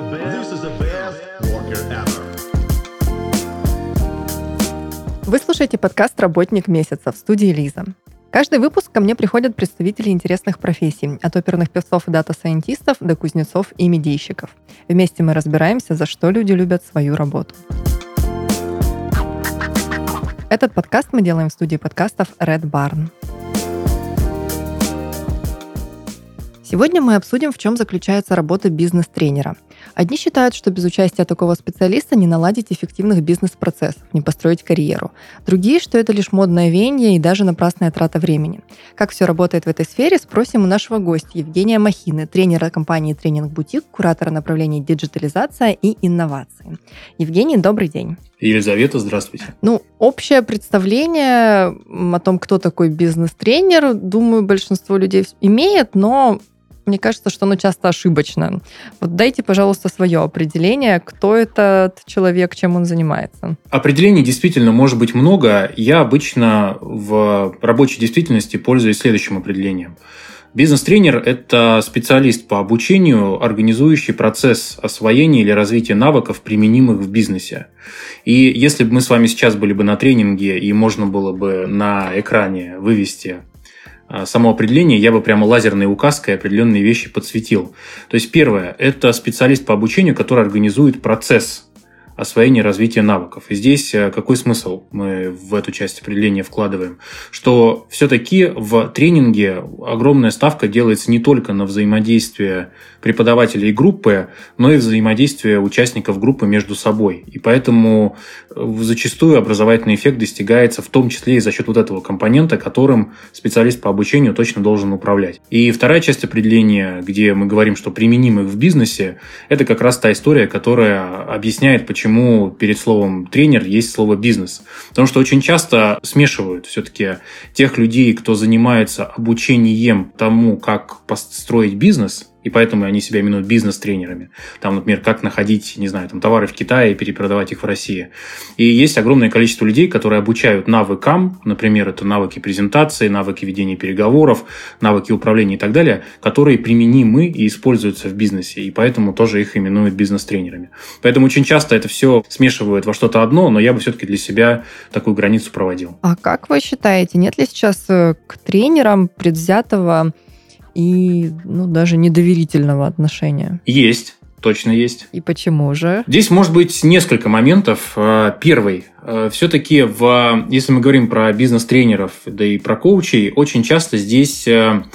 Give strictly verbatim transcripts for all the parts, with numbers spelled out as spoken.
This is the best worker ever. Вы слушаете подкаст «Работник месяца» в студии Лиза. Каждый выпуск ко мне приходят представители интересных профессий, от оперных певцов и дата-сайентистов до кузнецов и медийщиков. Вместе мы разбираемся, за что люди любят свою работу. Этот подкаст мы делаем в студии подкастов Red Barn. Сегодня мы обсудим, в чем заключается работа бизнес-тренера. Одни считают, что без участия такого специалиста не наладить эффективных бизнес-процессов, не построить карьеру. Другие, что это лишь модное веяние и даже напрасная трата времени. Как все работает в этой сфере, спросим у нашего гостя Евгения Махины, тренера компании «Тренинг Бутик», куратора направлений «Диджитализация» и «Инновации». Евгений, добрый день. Елизавета, здравствуйте. Ну, общее представление о том, кто такой бизнес-тренер, думаю, большинство людей имеет, но мне кажется, что оно часто ошибочно. Вот дайте, пожалуйста, свое определение, кто этот человек, чем он занимается. Определений действительно может быть много. Я обычно в рабочей действительности пользуюсь следующим определением. Бизнес-тренер – это специалист по обучению, организующий процесс освоения или развития навыков, применимых в бизнесе. И если бы мы с вами сейчас были бы на тренинге, и можно было бы на экране вывести само определение, я бы прямо лазерной указкой определенные вещи подсветил. То есть первое – это специалист по обучению, который организует процесс освоения и развития навыков. И здесь какой смысл мы в эту часть определения вкладываем? Что все-таки в тренинге огромная ставка делается не только на взаимодействие преподавателя и группы, но и взаимодействие участников группы между собой. И поэтому зачастую образовательный эффект достигается в том числе и за счет вот этого компонента, которым специалист по обучению точно должен управлять. И вторая часть определения, где мы говорим, что применимых в бизнесе, это как раз та история, которая объясняет, почему перед словом «тренер» есть слово «бизнес». Потому что очень часто смешивают все-таки тех людей, кто занимается обучением тому, как построить бизнес, и поэтому они себя именуют бизнес-тренерами. Там, например, как находить, не знаю, там, товары в Китае и перепродавать их в России. И есть огромное количество людей, которые обучают навыкам, например, это навыки презентации, навыки ведения переговоров, навыки управления и так далее, которые применимы и используются в бизнесе. И поэтому тоже их именуют бизнес-тренерами. Поэтому очень часто это все смешивают во что-то одно, но я бы все-таки для себя такую границу проводил. А как вы считаете, нет ли сейчас к тренерам предвзятого и ну, даже недоверительного отношения? Есть, точно есть. И почему же? Здесь может быть несколько моментов. Первый. Все-таки, в, если мы говорим про бизнес-тренеров, да и про коучей, очень часто здесь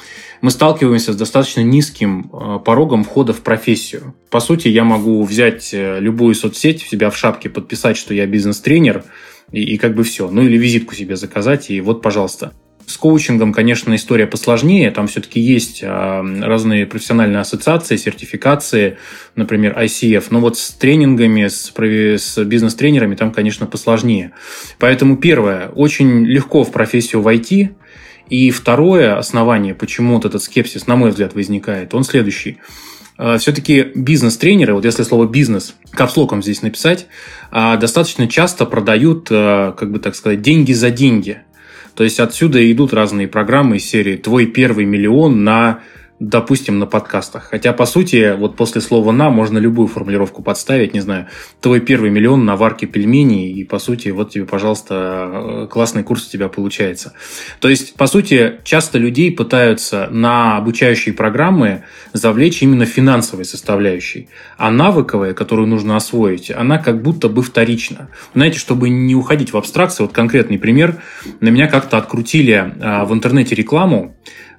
мы сталкиваемся с достаточно низким порогом входа в профессию. По сути, я могу взять любую соцсеть, в себя в шапке подписать, что я бизнес-тренер, и, и как бы все. Ну или визитку себе заказать, и вот, пожалуйста. С коучингом, конечно, история посложнее. Там все-таки есть разные профессиональные ассоциации, сертификации, например, ай си эф. Но вот с тренингами, с, с бизнес-тренерами там, конечно, посложнее. Поэтому первое, очень легко в профессию войти. И второе основание, почему вот этот скепсис, на мой взгляд, возникает, он следующий. Все-таки бизнес-тренеры, вот если слово «бизнес» капслоком здесь написать, достаточно часто продают, как бы так сказать, деньги за деньги. То есть отсюда идут разные программы из серии «Твой первый миллион на», допустим, на подкастах. Хотя, по сути, вот после слова «на» можно любую формулировку подставить, не знаю, «Твой первый миллион на варке пельменей», и, по сути, вот тебе, пожалуйста, классный курс у тебя получается. То есть, по сути, часто людей пытаются на обучающие программы завлечь именно финансовой составляющей, а навыковая, которую нужно освоить, она как будто бы вторична. Знаете, чтобы не уходить в абстракцию, вот конкретный пример, на меня как-то открутили в интернете рекламу.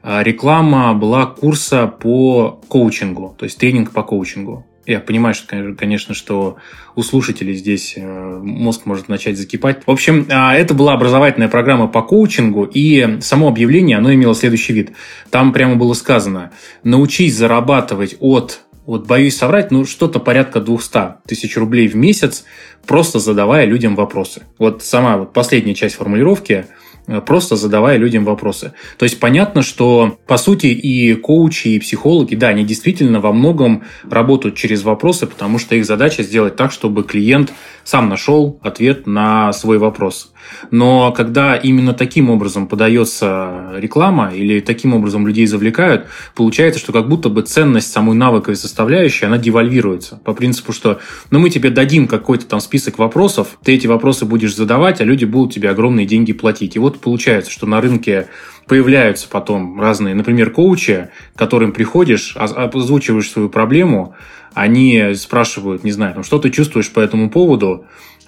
Реклама была курса по коучингу, то есть тренинг по коучингу. Я понимаю, что, конечно, что у слушателей здесь мозг может начать закипать. В общем, это была образовательная программа по коучингу, и само объявление, оно имело следующий вид. Там прямо было сказано: научись зарабатывать от, вот боюсь соврать, ну что-то порядка двести тысяч рублей в месяц, просто задавая людям вопросы. Вот сама вот последняя часть формулировки – просто задавая людям вопросы. То есть понятно, что по сути и коучи, и психологи, да, они действительно во многом работают через вопросы, потому что их задача сделать так, чтобы клиент сам нашел ответ на свой вопрос. Но когда именно таким образом подается реклама или таким образом людей завлекают, получается, что как будто бы ценность самой навыковой составляющей, она девальвируется. По принципу, что ну, мы тебе дадим какой-то там список вопросов, ты эти вопросы будешь задавать, а люди будут тебе огромные деньги платить. И вот получается, что на рынке появляются потом разные, например, коучи, к которым приходишь, озвучиваешь свою проблему, они спрашивают, не знаю, там, что ты чувствуешь по этому поводу,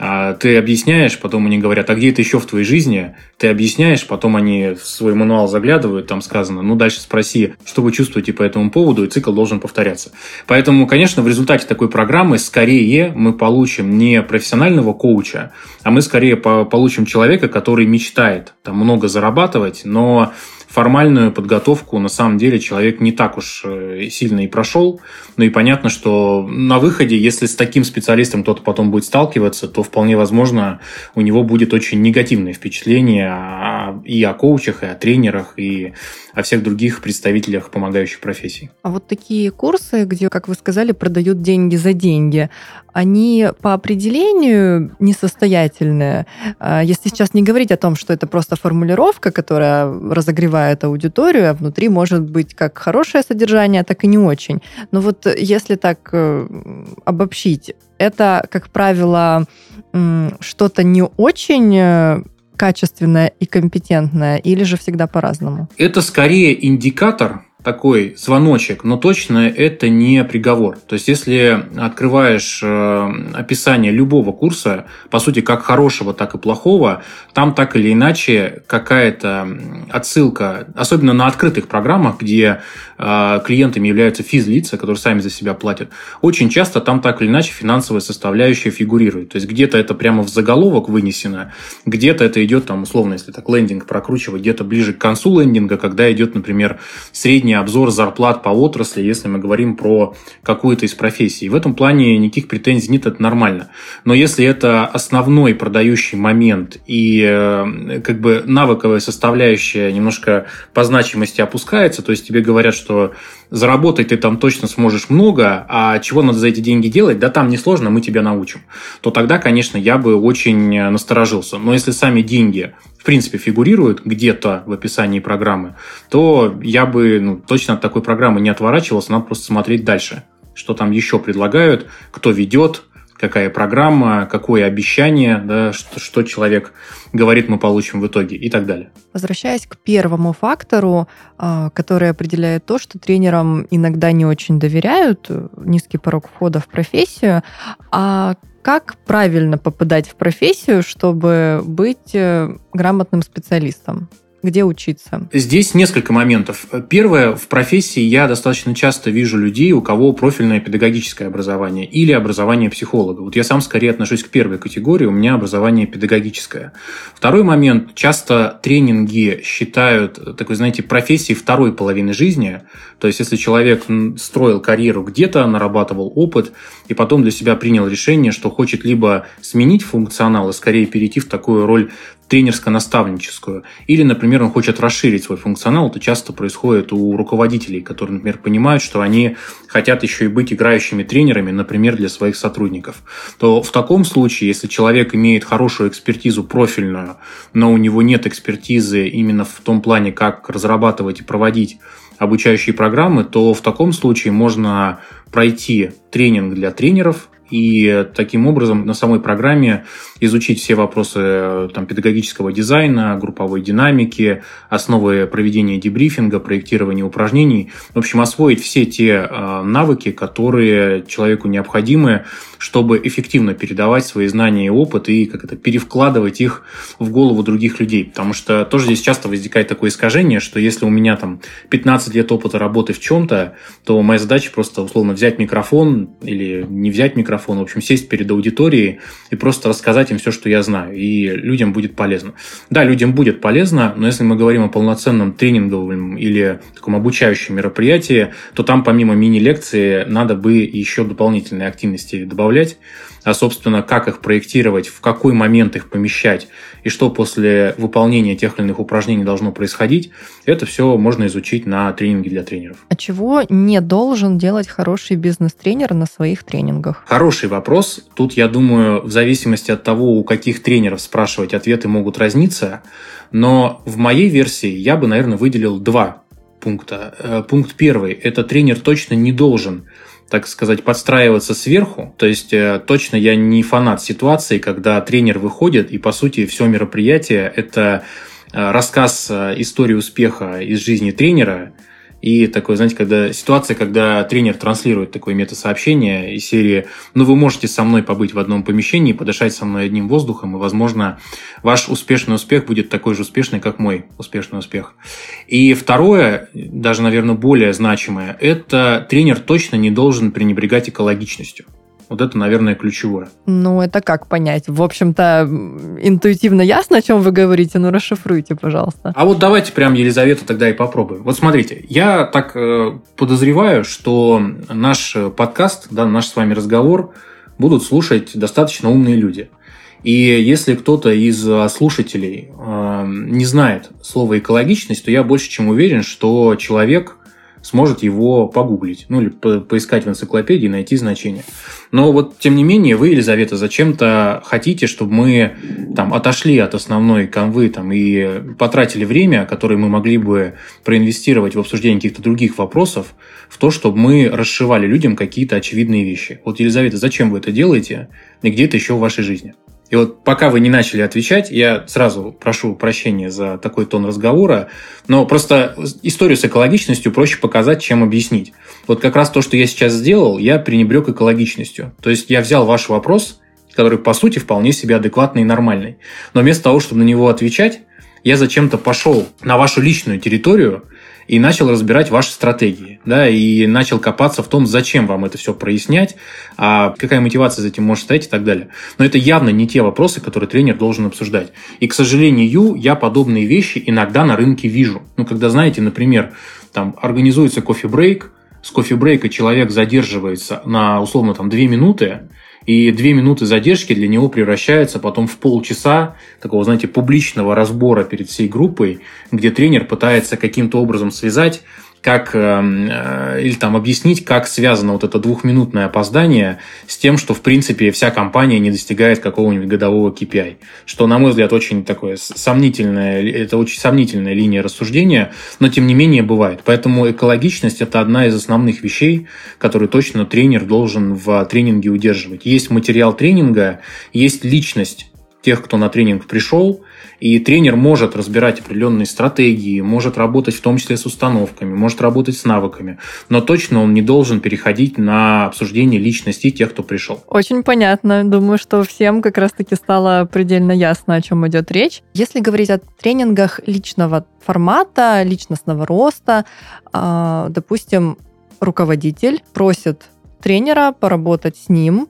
ты объясняешь, потом они говорят, а где это еще в твоей жизни? Ты объясняешь, потом они в свой мануал заглядывают, там сказано, ну, дальше спроси, что вы чувствуете по этому поводу, и цикл должен повторяться. Поэтому, конечно, в результате такой программы скорее мы получим не профессионального коуча, а мы скорее получим человека, который мечтает там много зарабатывать, но формальную подготовку на самом деле человек не так уж сильно и прошел. Ну и понятно, что на выходе, если с таким специалистом кто-то потом будет сталкиваться, то вполне возможно у него будет очень негативное впечатление и о коучах, и о тренерах, и о всех других представителях помогающих профессий. А вот такие курсы, где, как вы сказали, продают деньги за деньги, они по определению несостоятельные. Если сейчас не говорить о том, что это просто формулировка, которая разогревает аудиторию, а внутри может быть как хорошее содержание, так и не очень. Но вот если так обобщить, это, как правило, что-то не очень качественное и компетентное, или же всегда по-разному? Это скорее индикатор, такой звоночек, но точно это не приговор. То есть, если открываешь описание любого курса, по сути, как хорошего, так и плохого, там так или иначе какая-то отсылка, особенно на открытых программах, где клиентами являются физлица, которые сами за себя платят, очень часто там так или иначе финансовая составляющая фигурирует. То есть, где-то это прямо в заголовок вынесено, где-то это идет, там, условно, если так лендинг прокручивать, где-то ближе к концу лендинга, когда идет, например, средний обзор зарплат по отрасли, если мы говорим про какую-то из профессий. В этом плане никаких претензий нет, это нормально. Но если это основной продающий момент и как бы навыковая составляющая немножко по значимости опускается, то есть тебе говорят, что заработать ты там точно сможешь много, а чего надо за эти деньги делать, да там несложно, мы тебя научим, то тогда, конечно, я бы очень насторожился. Но если сами деньги в принципе, фигурируют где-то в описании программы, то я бы ну, точно от такой программы не отворачивался, надо просто смотреть дальше, что там еще предлагают, кто ведет, какая программа, какое обещание, да, что, что человек говорит, мы получим в итоге и так далее. Возвращаясь к первому фактору, который определяет то, что тренерам иногда не очень доверяют, низкий порог входа в профессию, а как правильно попадать в профессию, чтобы быть грамотным специалистом? Где учиться? Здесь несколько моментов. Первое, в профессии я достаточно часто вижу людей, у кого профильное педагогическое образование или образование психолога. Вот я сам скорее отношусь к первой категории, у меня образование педагогическое. Второй момент, часто тренинги считают такой, знаете, профессией второй половины жизни. То есть, если человек строил карьеру где-то, нарабатывал опыт, и потом для себя принял решение, что хочет либо сменить функционал и скорее перейти в такую роль тренерско-наставническую. Или, например, он хочет расширить свой функционал. Это часто происходит у руководителей, которые, например, понимают, что они хотят еще и быть играющими тренерами, например, для своих сотрудников. То в таком случае, если человек имеет хорошую экспертизу профильную, но у него нет экспертизы именно в том плане, как разрабатывать и проводить обучающие программы, то в таком случае можно пройти тренинг для тренеров, и таким образом на самой программе изучить все вопросы там, педагогического дизайна, групповой динамики, основы проведения дебрифинга, проектирования упражнений. В общем, освоить все те э, навыки, которые человеку необходимы, чтобы эффективно передавать свои знания и опыт и как это, перевкладывать их в голову других людей. Потому что тоже здесь часто возникает такое искажение, что если у меня там пятнадцать лет опыта работы в чем-то, то моя задача просто условно взять микрофон или не взять микрофон, в общем, сесть перед аудиторией и просто рассказать им все, что я знаю, и людям будет полезно. Да, людям будет полезно, но если мы говорим о полноценном тренинговом или таком обучающем мероприятии, то там помимо мини-лекции надо бы еще дополнительные активности добавлять. а, собственно, как их проектировать, в какой момент их помещать и что после выполнения тех или иных упражнений должно происходить, это все можно изучить на тренинге для тренеров. А чего не должен делать хороший бизнес-тренер на своих тренингах? Хороший вопрос. Тут, я думаю, в зависимости от того, у каких тренеров спрашивать, ответы могут разниться. Но в моей версии я бы, наверное, выделил два пункта. Пункт первый – это тренер точно не должен, так сказать, подстраиваться сверху. То есть точно я не фанат ситуации, когда тренер выходит, и, по сути, все мероприятие – это рассказ истории успеха из жизни тренера. И такое, знаете, когда ситуация, когда тренер транслирует такое мета-сообщение из серии «Ну, вы можете со мной побыть в одном помещении, подышать со мной одним воздухом, и, возможно, ваш успешный успех будет такой же успешный, как мой успешный успех». И второе, даже, наверное, более значимое, это тренер точно не должен пренебрегать экологичностью. Вот это, наверное, ключевое. Ну, это как понять? В общем-то, интуитивно ясно, о чем вы говорите, но расшифруйте, пожалуйста. А вот давайте прям, Елизавета, тогда и попробуем. Вот смотрите, я так э, подозреваю, что наш подкаст, да, наш с вами разговор будут слушать достаточно умные люди. И если кто-то из слушателей э, не знает слова «экологичность», то я больше чем уверен, что человек сможет его погуглить, ну или по- поискать в энциклопедии и найти значение. Но вот, тем не менее, вы, Елизавета, зачем-то хотите, чтобы мы там отошли от основной канвы там, и потратили время, которое мы могли бы проинвестировать в обсуждение каких-то других вопросов, в то, чтобы мы расшивали людям какие-то очевидные вещи. Вот, Елизавета, зачем вы это делаете и где это еще в вашей жизни? И вот пока вы не начали отвечать, я сразу прошу прощения за такой тон разговора, но просто историю с экологичностью проще показать, чем объяснить. Вот как раз то, что я сейчас сделал, я пренебрег экологичностью. То есть я взял ваш вопрос, который, по сути, вполне себе адекватный и нормальный. Но вместо того, чтобы на него отвечать, я зачем-то пошел на вашу личную территорию и начал разбирать ваши стратегии, да, и начал копаться в том, зачем вам это все прояснять, а какая мотивация за этим может стоять и так далее. Но это явно не те вопросы, которые тренер должен обсуждать. И, к сожалению, я подобные вещи иногда на рынке вижу. Ну, когда, знаете, например, там организуется кофе-брейк, с кофе-брейка человек задерживается на, условно, там, две минуты, и две минуты задержки для него превращаются потом в полчаса такого, знаете, публичного разбора перед всей группой, где тренер пытается каким-то образом связать, как, э, или там объяснить, как связано вот это двухминутное опоздание с тем, что, в принципе, вся компания не достигает какого-нибудь годового кей пи ай. Что, на мой взгляд, очень такое сомнительное, это очень сомнительная линия рассуждения, но, тем не менее, бывает. Поэтому экологичность – это одна из основных вещей, которые точно тренер должен в тренинге удерживать. Есть материал тренинга, есть личность тех, кто на тренинг пришел, и тренер может разбирать определенные стратегии, может работать в том числе с установками, может работать с навыками, но точно он не должен переходить на обсуждение личности тех, кто пришел. Очень понятно. Думаю, что всем как раз-таки стало предельно ясно, о чем идет речь. Если говорить о тренингах личного формата, личностного роста, допустим, руководитель просит тренера поработать с ним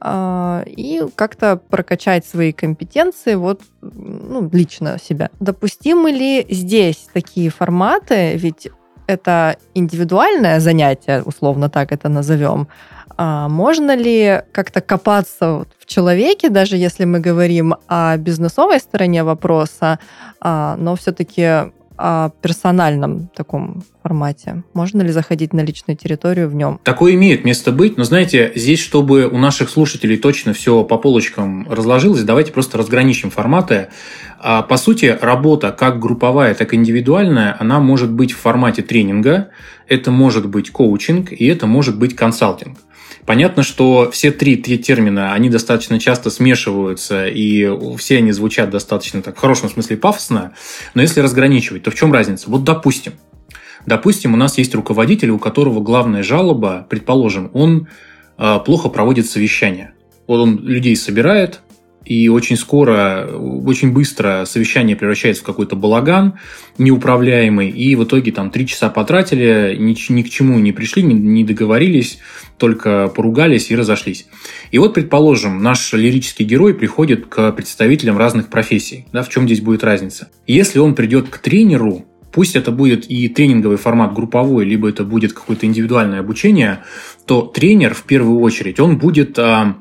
э, и как-то прокачать свои компетенции, вот, ну, лично себя. Допустимы ли здесь такие форматы? Ведь это индивидуальное занятие, условно так это назовем. А можно ли как-то копаться вот в человеке, даже если мы говорим о бизнесовой стороне вопроса, а, но все-таки о персональном таком формате? Можно ли заходить на личную территорию в нем? Такое имеет место быть, но, знаете, здесь, чтобы у наших слушателей точно все по полочкам разложилось, давайте просто разграничим форматы. По сути, работа как групповая, так и индивидуальная, она может быть в формате тренинга, это может быть коучинг и это может быть консалтинг. Понятно, что все три, три термина, они достаточно часто смешиваются, и все они звучат достаточно так, в хорошем смысле пафосно, но если разграничивать, то в чем разница? Вот допустим, допустим, у нас есть руководитель, у которого главная жалоба, предположим, он э, плохо проводит совещания. Вот он людей собирает, и очень скоро, очень быстро совещание превращается в какой-то балаган неуправляемый, и в итоге там три часа потратили, ни, ни к чему не пришли, не, не договорились, только поругались и разошлись. И вот, предположим, наш лирический герой приходит к представителям разных профессий. Да, в чем здесь будет разница? Если он придет к тренеру, пусть это будет и тренинговый формат групповой, либо это будет какое-то индивидуальное обучение, то тренер, в первую очередь, он будет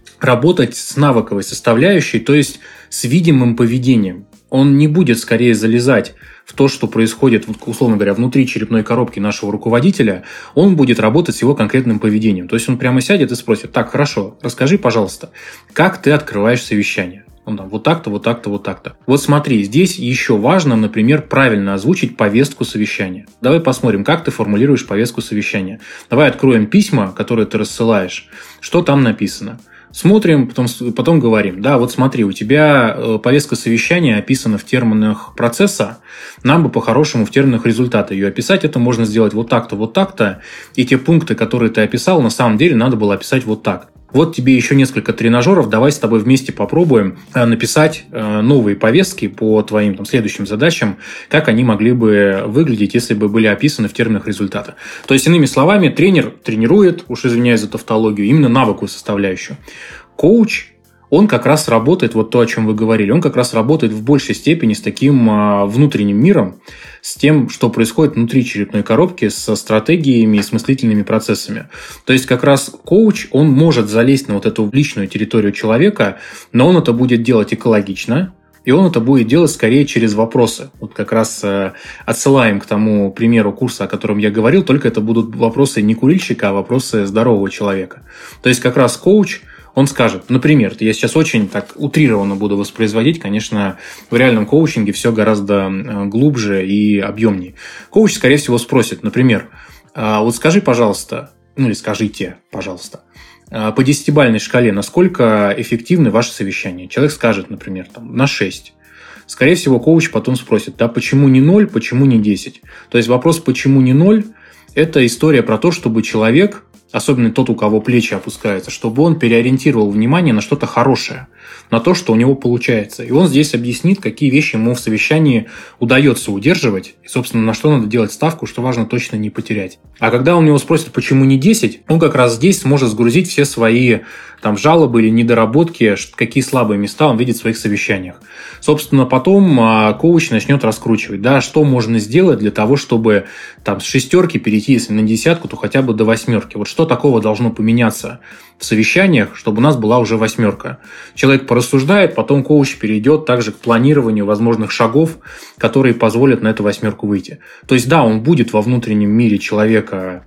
работать с навыковой составляющей, то есть с видимым поведением. Он не будет скорее залезать в то, что происходит, условно говоря, внутри черепной коробки нашего руководителя, он будет работать с его конкретным поведением. То есть он прямо сядет и спросит: так, хорошо, расскажи, пожалуйста, как ты открываешь совещание? Он там, вот так-то, вот так-то, вот так-то. Вот смотри, здесь еще важно, например, правильно озвучить повестку совещания. Давай посмотрим, как ты формулируешь повестку совещания. Давай откроем письма, которые ты рассылаешь. Что там написано? Смотрим, потом, потом говорим, да, вот смотри, у тебя повестка совещания описана в терминах процесса, нам бы по-хорошему в терминах результата ее описать, это можно сделать вот так-то, вот так-то, и те пункты, которые ты описал, на самом деле надо было описать вот так. Вот тебе еще несколько тренажеров, давай с тобой вместе попробуем написать новые повестки по твоим там, следующим задачам, как они могли бы выглядеть, если бы были описаны в терминах результата. То есть, иными словами, тренер тренирует, уж извиняюсь за тавтологию, именно навыковую составляющую. Коуч, он как раз работает, вот то, о чем вы говорили, он как раз работает в большей степени с таким внутренним миром, с тем, что происходит внутри черепной коробки, со стратегиями и с мыслительными процессами. То есть, как раз коуч, он может залезть на вот эту личную территорию человека, но он это будет делать экологично, и он это будет делать скорее через вопросы. Вот как раз отсылаем к тому примеру курса, о котором я говорил, только это будут вопросы не курильщика, а вопросы здорового человека. То есть, как раз коуч, он скажет, например, я сейчас очень так утрированно буду воспроизводить, конечно, в реальном коучинге все гораздо глубже и объемнее. Коуч, скорее всего, спросит, например, вот скажи, пожалуйста, ну или скажите, пожалуйста, по десятибалльной шкале, насколько эффективны ваши совещания? Человек скажет, например, там, на шесть. Скорее всего, коуч потом спросит, да, почему не ноль, почему не десять? То есть вопрос, почему не ноль, это история про то, чтобы человек, особенно тот, у кого плечи опускаются, чтобы он переориентировал внимание на что-то хорошее, на то, что у него получается. И он здесь объяснит, какие вещи ему в совещании удается удерживать, и, собственно, на что надо делать ставку, что важно точно не потерять. А когда он его спросит, почему не десять, он как раз здесь сможет сгрузить все свои там, жалобы или недоработки, какие слабые места он видит в своих совещаниях. Собственно, потом коуч начнет раскручивать, да, что можно сделать для того, чтобы там, с шестерки перейти, если на десятку, то хотя бы до восьмерки. Вот что такого должно поменяться в совещаниях, чтобы у нас была уже восьмерка. Человек порассуждает, потом коуч перейдет также к планированию возможных шагов, которые позволят на эту восьмерку выйти. То есть, да, он будет во внутреннем мире человека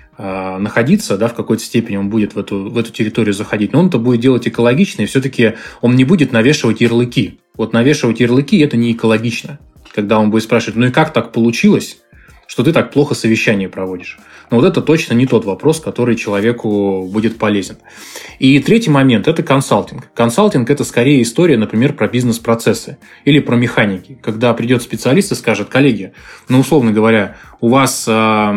э, находиться, да, в какой-то степени он будет в эту, в эту территорию заходить, но он это будет делать экологично, и все-таки он не будет навешивать ярлыки. Вот навешивать ярлыки – это не экологично. Когда он будет спрашивать, ну и как так получилось, что ты так плохо совещание проводишь? Но вот это точно не тот вопрос, который человеку будет полезен. И третий момент – это консалтинг. Консалтинг – это скорее история, например, про бизнес-процессы или про механики. Когда придет специалист и скажет, коллеги, ну, условно говоря, у вас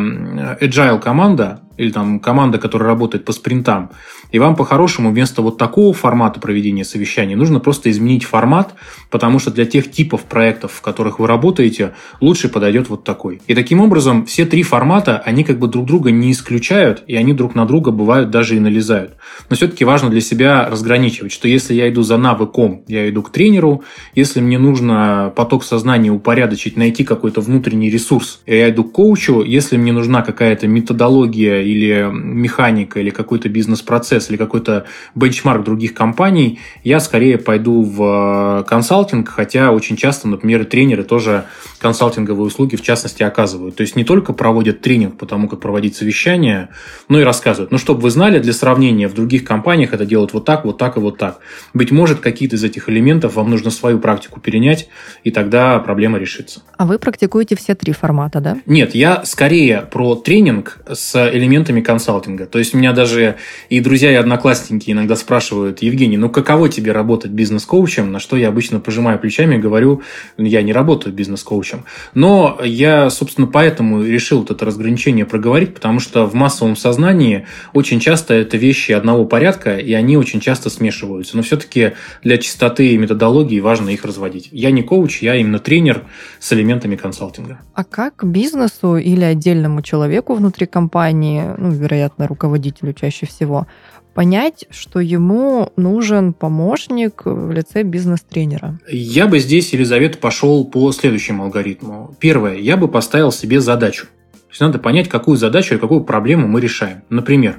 agile команда или там команда, которая работает по спринтам, и вам по-хорошему вместо вот такого формата проведения совещаний нужно просто изменить формат, потому что для тех типов проектов, в которых вы работаете, лучше подойдет вот такой. И таким образом все три формата, они как бы друг друга не исключают, и они друг на друга бывают даже и налезают. Но все-таки важно для себя разграничивать, что если я иду за навыком, я иду к тренеру, если мне нужно поток сознания упорядочить, найти какой-то внутренний ресурс, я иду к коучу, если мне нужна какая-то методология или механика, или какой-то бизнес-процесс, или какой-то бенчмарк других компаний, я скорее пойду в консалтинг, хотя очень часто, например, тренеры тоже консалтинговые услуги, в частности, оказывают. То есть не только проводят тренинг по тому, как проводить совещания, но и рассказывают. Ну, чтобы вы знали, для сравнения, в других компаниях это делают вот так, вот так и вот так. Быть может, какие-то из этих элементов вам нужно свою практику перенять, и тогда проблема решится. А вы практикуете все три формата, да? Нет, я скорее про тренинг с элементами консалтинга. То есть у меня даже и друзья, и одноклассники иногда спрашивают, Евгений, ну каково тебе работать бизнес-коучем? На что я обычно пожимаю плечами и говорю, я не работаю бизнес-коучем. Но я, собственно, поэтому решил вот это разграничение проговорить, потому что в массовом сознании очень часто это вещи одного порядка, и они очень часто смешиваются. Но все-таки для чистоты и методологии важно их разводить. Я не коуч, я именно тренер с элементами консалтинга. А как бизнесу или отдельному человеку внутри компании, ну, вероятно, руководителю чаще всего, понять, что ему нужен помощник в лице бизнес-тренера? Я бы здесь, Елизавета, пошел по следующему алгоритму. Первое. Я бы поставил себе задачу. То есть надо понять, какую задачу или какую проблему мы решаем. Например,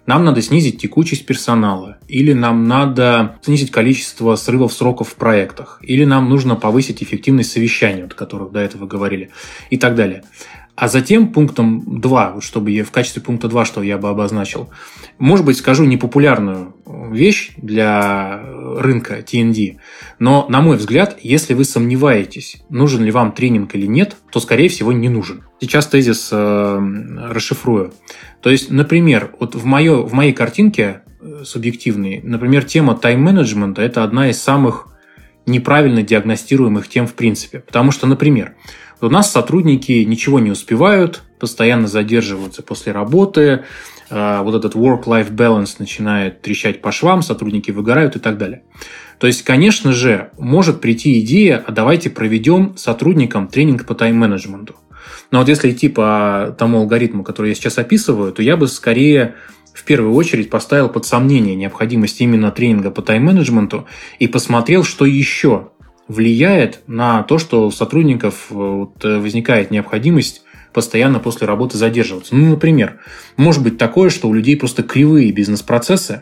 нам надо снизить текучесть персонала, или нам надо снизить количество срывов сроков в проектах, или нам нужно повысить эффективность совещаний, о которых до этого говорили, и так далее. А затем пунктом два, чтобы я, в качестве пункта два, что я бы обозначил, может быть, скажу непопулярную вещь для рынка ти эн ди, но, на мой взгляд, если вы сомневаетесь, нужен ли вам тренинг или нет, то, скорее всего, не нужен. Сейчас тезис э, расшифрую. То есть, например, вот в, моё, в моей картинке субъективной, например, тема тайм-менеджмента – это одна из самых неправильно диагностируемых тем в принципе. Потому что, например, у нас сотрудники ничего не успевают, постоянно задерживаются после работы, вот этот work-life balance начинает трещать по швам, сотрудники выгорают и так далее. То есть, конечно же, может прийти идея, а давайте проведем сотрудникам тренинг по тайм-менеджменту. Но вот если идти по тому алгоритму, который я сейчас описываю, то я бы скорее в первую очередь поставил под сомнение необходимость именно тренинга по тайм-менеджменту и посмотрел, что еще влияет на то, что у сотрудников вот возникает необходимость постоянно после работы задерживаться. Ну, например, может быть такое, что у людей просто кривые бизнес-процессы,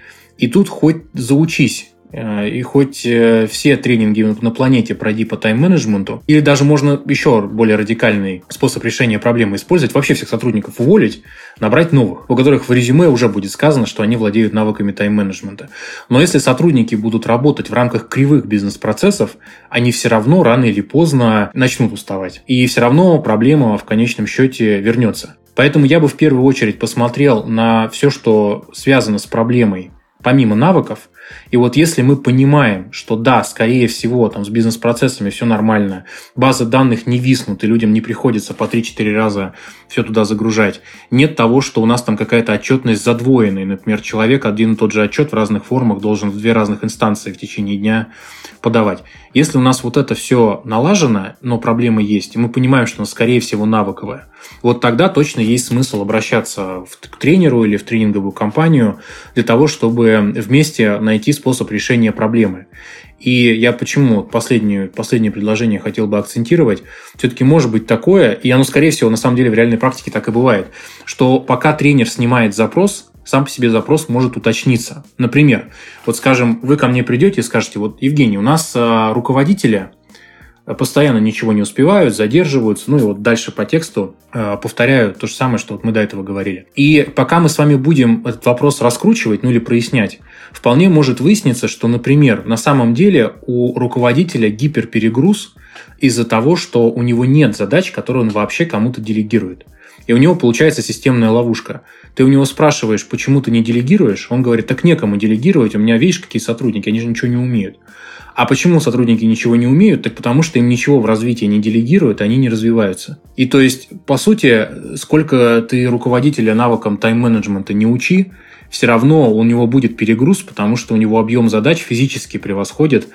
и тут хоть заучись, и хоть все тренинги на планете пройди по тайм-менеджменту, или даже можно еще более радикальный способ решения проблемы использовать, вообще всех сотрудников уволить, набрать новых, у которых в резюме уже будет сказано, что они владеют навыками тайм-менеджмента. Но если сотрудники будут работать в рамках кривых бизнес-процессов, они все равно рано или поздно начнут уставать. И все равно проблема в конечном счете вернется. Поэтому я бы в первую очередь посмотрел на все, что связано с проблемой, помимо навыков. И вот если мы понимаем, что да, скорее всего, там с бизнес-процессами все нормально, базы данных не виснут, и людям не приходится по три-четыре раза все туда загружать, нет того, что у нас там какая-то отчетность задвоенная, например, человек один и тот же отчет в разных формах должен в две разных инстанции в течение дня подавать. Если у нас вот это все налажено, но проблемы есть, и мы понимаем, что она, скорее всего, навыковая, вот тогда точно есть смысл обращаться к тренеру или в тренинговую компанию для того, чтобы вместе найти способ решения проблемы. И я почему последнее, последнее предложение хотел бы акцентировать. Все-таки может быть такое, и оно, скорее всего, на самом деле в реальной практике так и бывает, что пока тренер снимает запрос, сам по себе запрос может уточниться. Например, вот скажем, вы ко мне придете и скажете: вот, Евгений, у нас руководители постоянно ничего не успевают, задерживаются, ну и вот дальше по тексту э, повторяю то же самое, что вот мы до этого говорили. И пока мы с вами будем этот вопрос раскручивать, ну или прояснять, вполне может выясниться, что, например, на самом деле у руководителя гиперперегруз из-за того, что у него нет задач, которые он вообще кому-то делегирует. И у него получается системная ловушка. Ты у него спрашиваешь, почему ты не делегируешь, он говорит: так некому делегировать, у меня, видишь, какие сотрудники, они же ничего не умеют. А почему сотрудники ничего не умеют? Так потому что им ничего в развитии не делегируют, они не развиваются. И то есть, по сути, сколько ты руководителя навыкам тайм-менеджмента не учи, все равно у него будет перегруз, потому что у него объем задач физически превосходит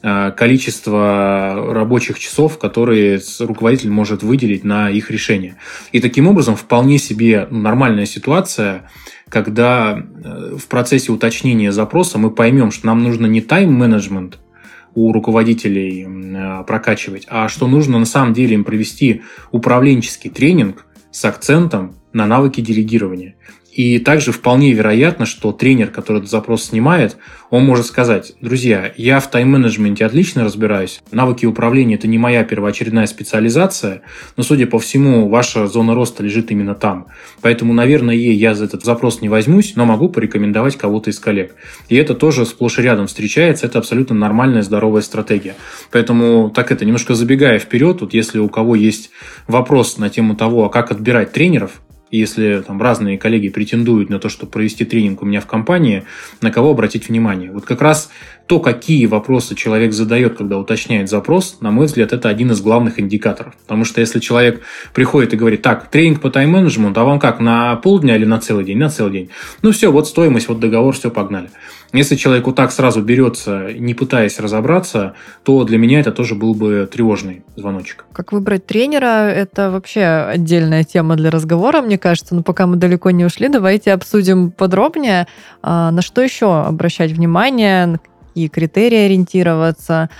количество рабочих часов, которые руководитель может выделить на их решение. И таким образом вполне себе нормальная ситуация, когда в процессе уточнения запроса мы поймем, что нам нужно не тайм-менеджмент у руководителей прокачивать, а что нужно на самом деле им провести управленческий тренинг с акцентом на навыки делегирования. И также вполне вероятно, что тренер, который этот запрос снимает, он может сказать: друзья, я в тайм-менеджменте отлично разбираюсь, навыки управления – это не моя первоочередная специализация, но, судя по всему, ваша зона роста лежит именно там. Поэтому, наверное, я за этот запрос не возьмусь, но могу порекомендовать кого-то из коллег. И это тоже сплошь и рядом встречается, это абсолютно нормальная, здоровая стратегия. Поэтому, так это, немножко забегая вперед, вот если у кого есть вопрос на тему того, а как отбирать тренеров, если там разные коллеги претендуют на то, чтобы провести тренинг у меня в компании, на кого обратить внимание. Вот как раз то, какие вопросы человек задает, когда уточняет запрос, на мой взгляд, это один из главных индикаторов. Потому что если человек приходит и говорит: так, тренинг по тайм-менеджменту, а вам как, на полдня или на целый день? На целый день. Ну все, вот стоимость, вот договор, все, погнали. Если человек вот так сразу берется, не пытаясь разобраться, то для меня это тоже был бы тревожный звоночек. Как выбрать тренера – это вообще отдельная тема для разговора, мне кажется. Но пока мы далеко не ушли, давайте обсудим подробнее, на что еще обращать внимание, какие критерии ориентироваться.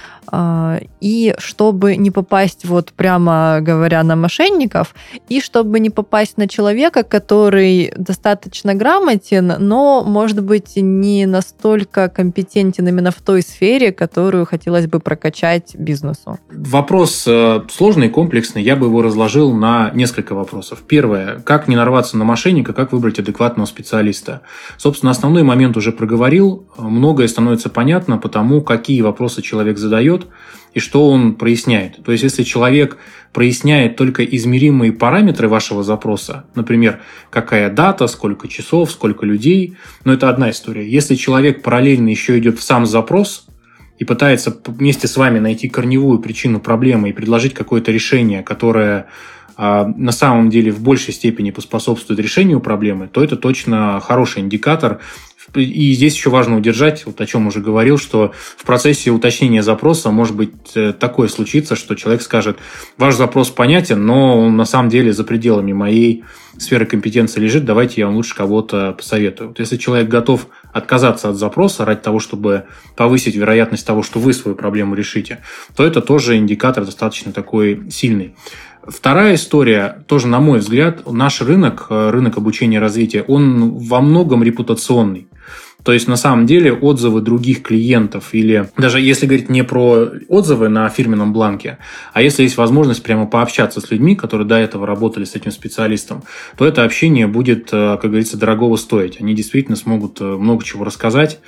И чтобы не попасть, вот прямо говоря, на мошенников, и чтобы не попасть на человека, который достаточно грамотен, но, может быть, не настолько компетентен именно в той сфере, которую хотелось бы прокачать бизнесу. Вопрос сложный, комплексный. Я бы его разложил на несколько вопросов. Первое. Как не нарваться на мошенника, как выбрать адекватного специалиста? Собственно, основной момент уже проговорил. Многое становится понятно по тому, какие вопросы человек задает и что он проясняет. То есть, если человек проясняет только измеримые параметры вашего запроса, например, какая дата, сколько часов, сколько людей, но это одна история. Если человек параллельно еще идет в сам запрос и пытается вместе с вами найти корневую причину проблемы и предложить какое-то решение, которое на самом деле в большей степени поспособствует решению проблемы, то это точно хороший индикатор. И здесь еще важно удержать, вот о чем уже говорил, что в процессе уточнения запроса может быть такое случиться, что человек скажет: ваш запрос понятен, но он на самом деле за пределами моей сферы компетенции лежит, давайте я вам лучше кого-то посоветую. Вот если человек готов отказаться от запроса ради того, чтобы повысить вероятность того, что вы свою проблему решите, то это тоже индикатор достаточно такой сильный. Вторая история, тоже, на мой взгляд, наш рынок, рынок обучения и развития, он во многом репутационный. То есть, на самом деле, отзывы других клиентов, или даже если говорить не про отзывы на фирменном бланке, а если есть возможность прямо пообщаться с людьми, которые до этого работали с этим специалистом, то это общение будет, как говорится, дорогого стоить. Они действительно смогут много чего рассказать,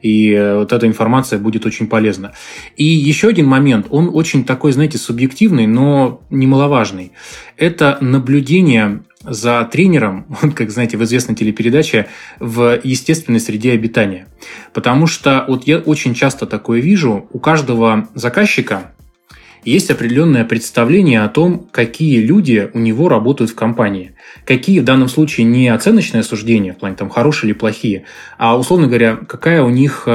и вот эта информация будет очень полезна. И еще один момент, он очень такой, знаете, субъективный, но немаловажный. Это наблюдение за тренером, как знаете, в известной телепередаче, в естественной среде обитания. Потому что вот я очень часто такое вижу, у каждого заказчика есть определенное представление о том, какие люди у него работают в компании. Какие в данном случае не оценочное суждение, в плане там хорошие или плохие, а, условно говоря, какая у них...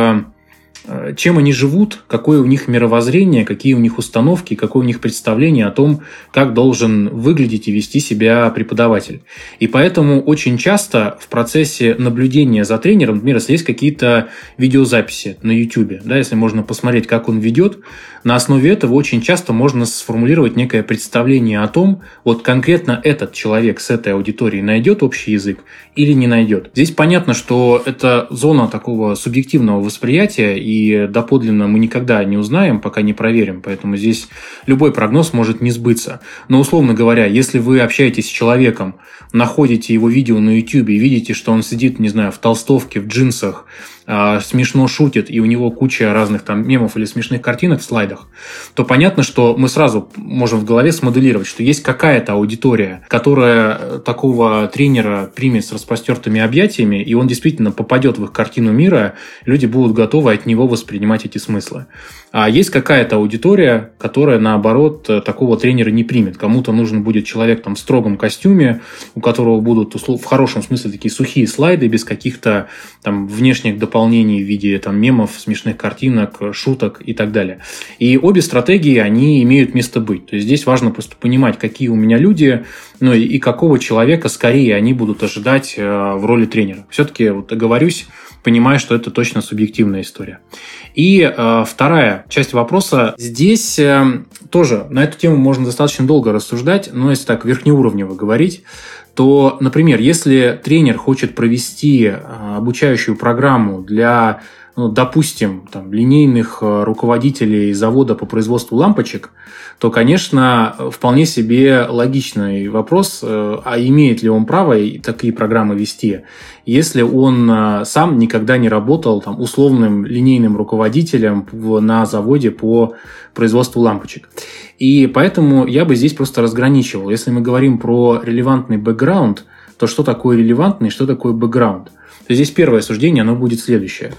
чем они живут, какое у них мировоззрение, какие у них установки, какое у них представление о том, как должен выглядеть и вести себя преподаватель. И поэтому очень часто в процессе наблюдения за тренером, например, если есть какие-то видеозаписи на YouTube, да, если можно посмотреть, как он ведет, на основе этого очень часто можно сформулировать некое представление о том, вот конкретно этот человек с этой аудиторией найдет общий язык или не найдет. Здесь понятно, что это зона такого субъективного восприятия, и доподлинно мы никогда не узнаем, пока не проверим, поэтому здесь любой прогноз может не сбыться. Но, условно говоря, если вы общаетесь с человеком, находите его видео на YouTube и видите, что он сидит, не знаю, в толстовке, в джинсах, смешно шутит, и у него куча разных там мемов или смешных картинок в слайдах, то понятно, что мы сразу можем в голове смоделировать, что есть какая-то аудитория, которая такого тренера примет с распростертыми объятиями, и он действительно попадет в их картину мира, люди будут готовы от него воспринимать эти смыслы. А есть какая-то аудитория, которая, наоборот, такого тренера не примет. Кому-то нужен будет человек там, в строгом костюме, у которого будут в хорошем смысле такие сухие слайды, без каких-то там внешних дополнений в виде там, мемов, смешных картинок, шуток и так далее. И обе стратегии, они имеют место быть. То есть здесь важно просто понимать, какие у меня люди, ну и, и какого человека скорее они будут ожидать э, в роли тренера. Все-таки вот оговорюсь, понимая, что это точно субъективная история. И э, вторая часть вопроса. Здесь э, тоже на эту тему можно достаточно долго рассуждать, но если так верхнеуровнево говорить, то, например, если тренер хочет провести э, обучающую программу для, ну, допустим, там, линейных э, руководителей завода по производству лампочек, то, конечно, вполне себе логичный вопрос, э, а имеет ли он право такие программы вести, если он э, сам никогда не работал там, условным линейным руководителем в, на заводе по производству лампочек. И поэтому я бы здесь просто разграничивал. Если мы говорим про релевантный бэкграунд, то что такое релевантный, что такое бэкграунд? То здесь первое суждение, оно будет следующее.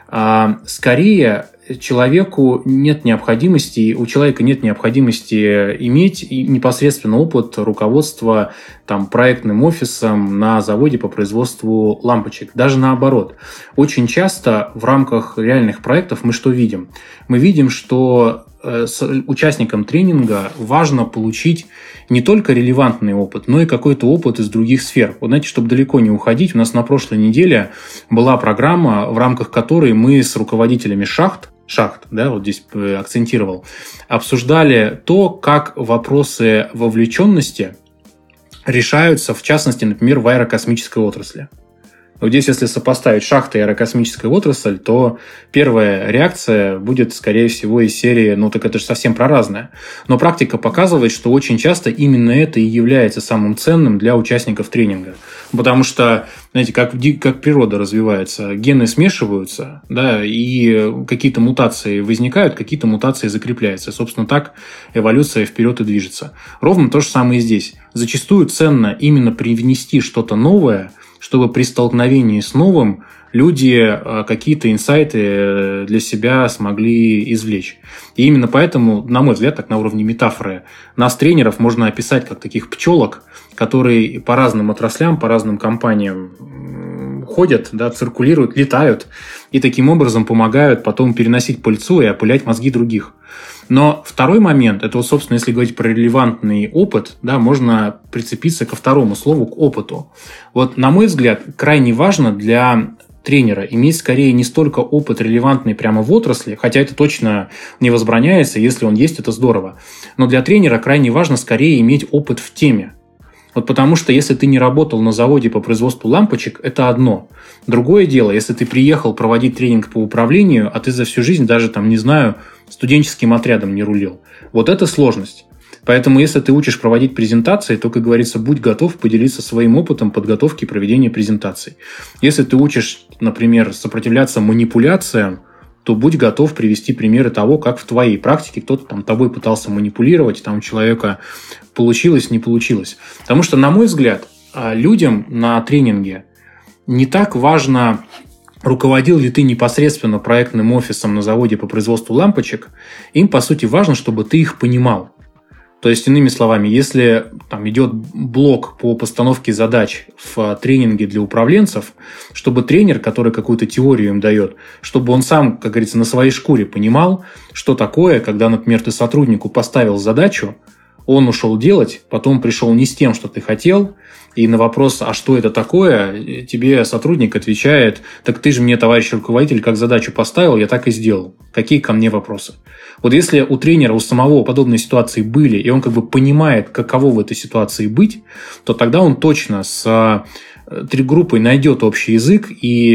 Скорее, человеку нет необходимости, у человека нет необходимости иметь непосредственно опыт руководства там, проектным офисом на заводе по производству лампочек. Даже наоборот. Очень часто в рамках реальных проектов мы что видим? Мы видим, что с участникам тренинга важно получить не только релевантный опыт, но и какой-то опыт из других сфер. Вот знаете, чтобы далеко не уходить, у нас на прошлой неделе была программа, в рамках которой мы с руководителями шахт, шахт, да, вот здесь акцентировал, обсуждали то, как вопросы вовлеченности решаются, в частности, например, в аэрокосмической отрасли. Вот здесь, если сопоставить шахты и аэрокосмическую отрасль, то первая реакция будет, скорее всего, из серии «ну так это же совсем про разное». Но практика показывает, что очень часто именно это и является самым ценным для участников тренинга. Потому что, знаете, как, как природа развивается, гены смешиваются, да, и какие-то мутации возникают, какие-то мутации закрепляются. И, собственно, так эволюция вперед и движется. Ровно то же самое и здесь. Зачастую ценно именно привнести что-то новое, чтобы при столкновении с новым люди какие-то инсайты для себя смогли извлечь. И именно поэтому, на мой взгляд, так на уровне метафоры, нас, тренеров, можно описать как таких пчелок, которые по разным отраслям, по разным компаниям ходят, да, циркулируют, летают и таким образом помогают потом переносить пыльцу и опылять мозги других. Но второй момент, это, вот, собственно, если говорить про релевантный опыт, да, можно прицепиться ко второму слову, к опыту. Вот, на мой взгляд, крайне важно для тренера иметь скорее не столько опыт релевантный прямо в отрасли, хотя это точно не возбраняется, если он есть, это здорово. Но для тренера крайне важно скорее иметь опыт в теме. Вот потому что если ты не работал на заводе по производству лампочек, это одно. Другое дело, если ты приехал проводить тренинг по управлению, а ты за всю жизнь даже, там, не знаю, студенческим отрядом не рулил. Вот это сложность. Поэтому, если ты учишь проводить презентации, то, как говорится, будь готов поделиться своим опытом подготовки и проведения презентаций. Если ты учишь, например, сопротивляться манипуляциям, то будь готов привести примеры того, как в твоей практике кто-то там тобой пытался манипулировать, там у человека получилось, не получилось. Потому что, на мой взгляд, людям на тренинге не так важно, руководил ли ты непосредственно проектным офисом на заводе по производству лампочек, им, по сути, важно, чтобы ты их понимал. То есть, иными словами, если там идет блок по постановке задач в тренинге для управленцев, чтобы тренер, который какую-то теорию им дает, чтобы он сам, как говорится, на своей шкуре понимал, что такое, когда, например, ты сотруднику поставил задачу, он ушел делать, потом пришел не с тем, что ты хотел, и на вопрос, а что это такое, тебе сотрудник отвечает: так ты же мне, товарищ руководитель, как задачу поставил, я так и сделал. Какие ко мне вопросы? Вот если у тренера, у самого подобные ситуации были, и он как бы понимает, каково в этой ситуации быть, то тогда он точно с три группой найдет общий язык,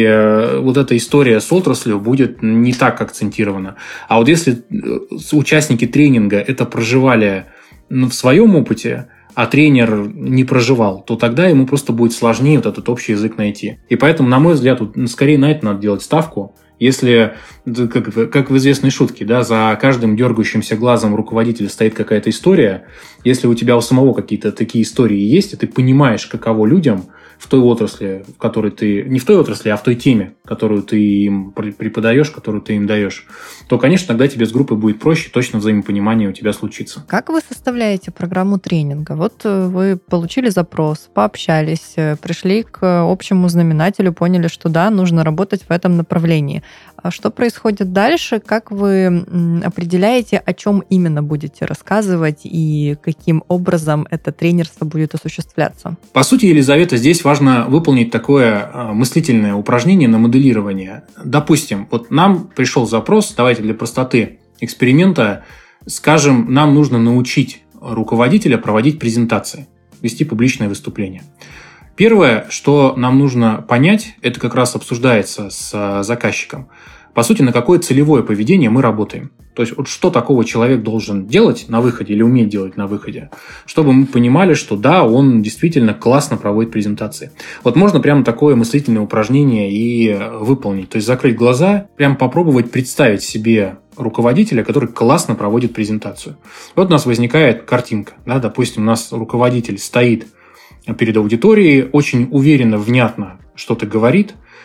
и вот эта история с отраслью будет не так акцентирована. А вот если участники тренинга это проживали в своем опыте, а тренер не проживал, то тогда ему просто будет сложнее вот этот общий язык найти. И поэтому, на мой взгляд, скорее на это надо делать ставку. Если, как, как в известной шутке, да, за каждым дергающимся глазом руководителя стоит какая-то история, если у тебя у самого какие-то такие истории есть, и ты понимаешь, каково людям в той отрасли, в которой ты... Не в той отрасли, а в той теме, которую ты им преподаешь, которую ты им даешь, то, конечно, тогда тебе с группой будет проще, точно взаимопонимание у тебя случится. Как вы составляете программу тренинга? Вот вы получили запрос, пообщались, пришли к общему знаменателю, поняли, что да, нужно работать в этом направлении. А что происходит дальше? Как вы определяете, о чем именно будете рассказывать и каким образом это тренерство будет осуществляться? По сути, Елизавета, здесь важно выполнить такое мыслительное упражнение на моделирование. Допустим, вот нам пришел запрос, давайте для простоты эксперимента скажем, нам нужно научить руководителя проводить презентации, вести публичное выступление. Первое, что нам нужно понять, это как раз обсуждается с заказчиком. По сути, на какое целевое поведение мы работаем. То есть, вот что такого человек должен делать на выходе или уметь делать на выходе, чтобы мы понимали, что да, он действительно классно проводит презентации. Вот можно прямо такое мыслительное упражнение и выполнить. То есть, закрыть глаза, прямо попробовать представить себе руководителя, который классно проводит презентацию. Вот у нас возникает картинка. Да, допустим, у нас руководитель стоит перед аудиторией, очень уверенно, внятно что-то говорит,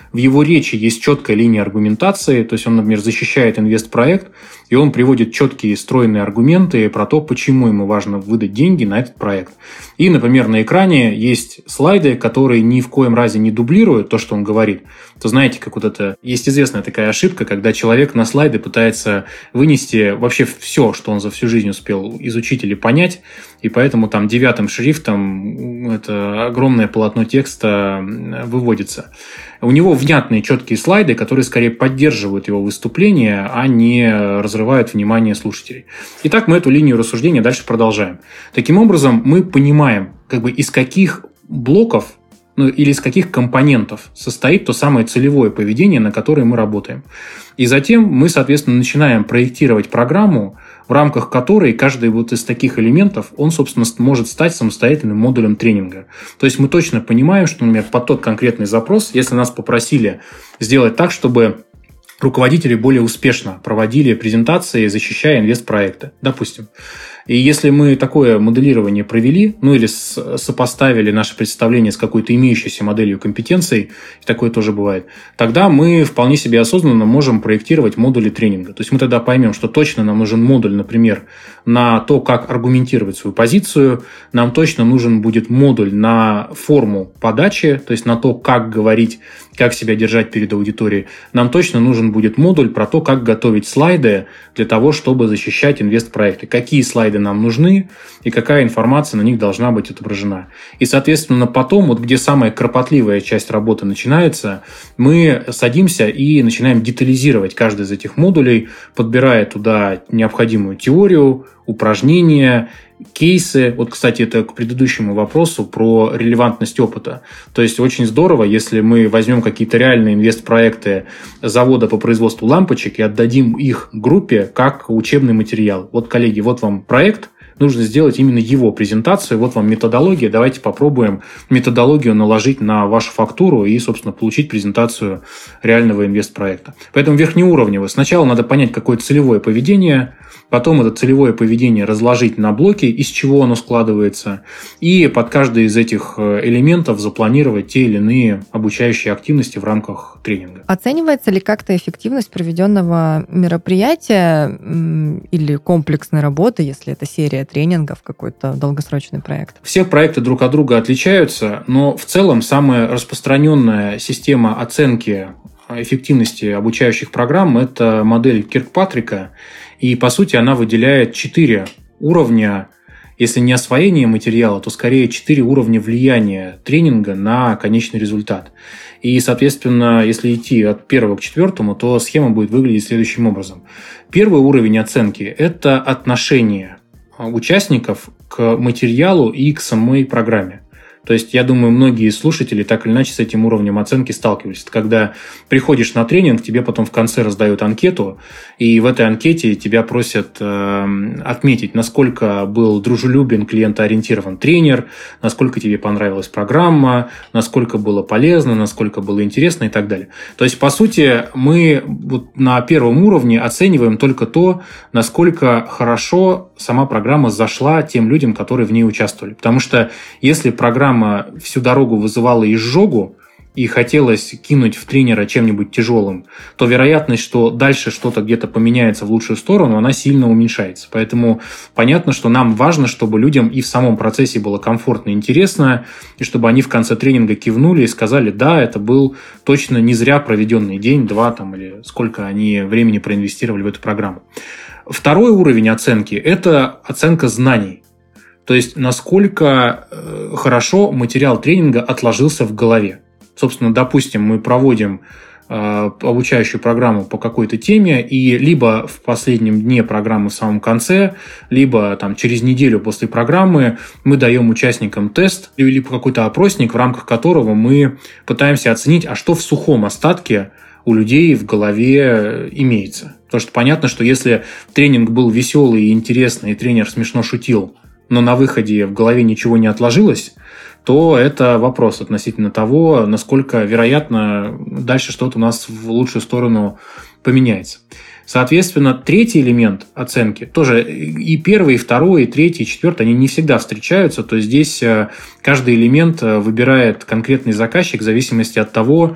в его речи есть четкая линия аргументации, то есть он, например, защищает инвестпроект, и он приводит четкие стройные аргументы про то, почему ему важно выдать деньги на этот проект. И, например, на экране есть слайды, которые ни в коем разе не дублируют то, что он говорит. То знаете, как вот это... Есть известная такая ошибка, когда человек на слайды пытается вынести вообще все, что он за всю жизнь успел изучить или понять, и поэтому там девятым шрифтом это огромное полотно текста выводится. У него внятные, четкие слайды, которые скорее поддерживают его выступление, а не разрывают внимание слушателей. Итак, мы эту линию рассуждения дальше продолжаем. Таким образом, мы понимаем, как бы из каких блоков, ну, или из каких компонентов состоит то самое целевое поведение, на которое мы работаем. И затем мы, соответственно, начинаем проектировать программу, в рамках которой каждый вот из таких элементов, он, собственно, может стать самостоятельным модулем тренинга. То есть мы точно понимаем, что, например, под тот конкретный запрос, если нас попросили сделать так, чтобы руководители более успешно проводили презентации, защищая инвестпроекты, допустим. И если мы такое моделирование провели, ну или сопоставили наше представление с какой-то имеющейся моделью компетенций, и такое тоже бывает, тогда мы вполне себе осознанно можем проектировать модули тренинга. То есть мы тогда поймем, что точно нам нужен модуль, например, на то, как аргументировать свою позицию, нам точно нужен будет модуль на форму подачи, то есть на то, как говорить, как себя держать перед аудиторией. Нам точно нужен будет модуль про то, как готовить слайды для того, чтобы защищать инвестпроекты. Какие слайды нам нужны и какая информация на них должна быть отображена. И, соответственно, потом, вот где самая кропотливая часть работы начинается, мы садимся и начинаем детализировать каждый из этих модулей, подбирая туда необходимую теорию, упражнения, кейсы. Вот, кстати, это к предыдущему вопросу про релевантность опыта. То есть очень здорово, если мы возьмем какие-то реальные инвестпроекты завода по производству лампочек и отдадим их группе как учебный материал. Вот, коллеги, вот вам проект, нужно сделать именно его презентацию, вот вам методология, давайте попробуем методологию наложить на вашу фактуру и, собственно, получить презентацию реального инвестпроекта. Поэтому верхнеуровнево. Сначала надо понять, какое целевое поведение, потом это целевое поведение разложить на блоки, из чего оно складывается, и под каждый из этих элементов запланировать те или иные обучающие активности в рамках тренинга. Оценивается ли как-то эффективность проведенного мероприятия или комплексной работы, если это серия тренингов, какой-то долгосрочный проект? Все проекты друг от друга отличаются, но в целом самая распространенная система оценки эффективности обучающих программ – это модель Киркпатрика. И, по сути, она выделяет четыре уровня, если не освоения материала, то скорее четыре уровня влияния тренинга на конечный результат. И, соответственно, если идти от первого к четвертому, то схема будет выглядеть следующим образом. Первый уровень оценки – это отношение участников к материалу и к самой программе. То есть, я думаю, многие слушатели так или иначе с этим уровнем оценки сталкивались. Когда приходишь на тренинг, тебе потом в конце раздают анкету, и в этой анкете тебя просят э, отметить, насколько был дружелюбен, клиентоориентирован тренер, насколько тебе понравилась программа, насколько было полезно, насколько было интересно и так далее. То есть, по сути, мы вот на первом уровне оцениваем только то, насколько хорошо сама программа зашла тем людям, которые в ней участвовали. Потому что если программа всю дорогу вызывала изжогу и хотелось кинуть в тренера чем-нибудь тяжелым, то вероятность, что дальше что-то где-то поменяется в лучшую сторону, она сильно уменьшается. Поэтому понятно, что нам важно, чтобы людям и в самом процессе было комфортно и интересно, и чтобы они в конце тренинга кивнули и сказали, да, это был точно не зря проведенный день, два там, или сколько они времени проинвестировали в эту программу. Второй уровень оценки – это оценка знаний. То есть, насколько хорошо материал тренинга отложился в голове. Собственно, допустим, мы проводим обучающую программу по какой-то теме, и либо в последнем дне программы в самом конце, либо там, через неделю после программы мы даем участникам тест, либо какой-то опросник, в рамках которого мы пытаемся оценить, а что в сухом остатке у людей в голове имеется. Потому что понятно, что если тренинг был веселый и интересный, и тренер смешно шутил, но на выходе в голове ничего не отложилось, то это вопрос относительно того, насколько вероятно дальше что-то у нас в лучшую сторону поменяется. Соответственно, третий элемент оценки, тоже и первый, и второй, и третий, и четвертый, они не всегда встречаются, то есть здесь каждый элемент выбирает конкретный заказчик в зависимости от того,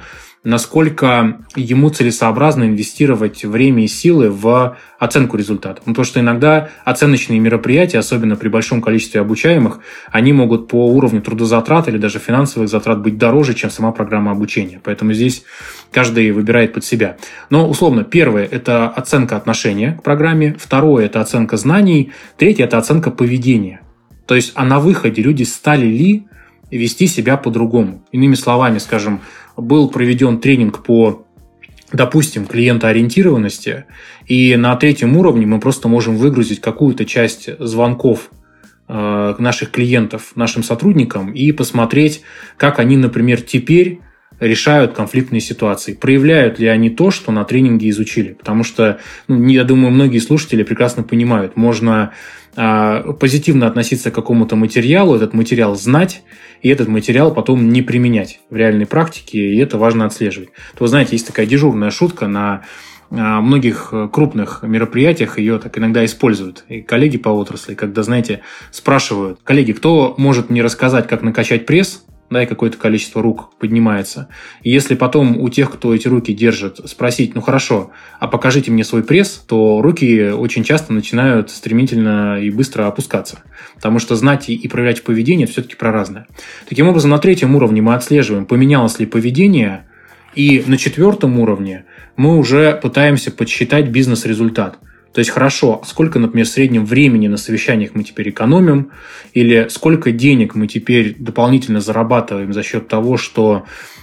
насколько ему целесообразно инвестировать время и силы в оценку результатов. Ну, потому что иногда оценочные мероприятия, особенно при большом количестве обучаемых, они могут по уровню трудозатрат или даже финансовых затрат быть дороже, чем сама программа обучения. Поэтому здесь каждый выбирает под себя. Но, условно, первое – это оценка отношения к программе, второе – это оценка знаний, третье – это оценка поведения. То есть, а на выходе люди стали ли вести себя по-другому? Иными словами, скажем, был проведен тренинг по, допустим, клиентоориентированности, и на третьем уровне мы просто можем выгрузить какую-то часть звонков э, наших клиентов нашим сотрудникам и посмотреть, как они, например, теперь решают конфликтные ситуации, проявляют ли они то, что на тренинге изучили. Потому что, ну, я думаю, многие слушатели прекрасно понимают, можно э, позитивно относиться к какому-то материалу, этот материал знать, и этот материал потом не применять в реальной практике, и это важно отслеживать. То, вы знаете, есть такая дежурная шутка на многих крупных мероприятиях, ее так иногда используют. И коллеги по отрасли, когда, знаете, спрашивают: коллеги, кто может мне рассказать, как накачать пресс? Да, и какое-то количество рук поднимается. И если потом у тех, кто эти руки держит, спросить: ну хорошо, а покажите мне свой пресс, то руки очень часто начинают стремительно и быстро опускаться. Потому что знать и проявлять поведение – это все-таки про разное. Таким образом, на третьем уровне мы отслеживаем, поменялось ли поведение, и на четвертом уровне мы уже пытаемся подсчитать бизнес-результат. То есть, хорошо, сколько, например, в среднем времени на совещаниях мы теперь экономим, или сколько денег мы теперь дополнительно зарабатываем за счет того, что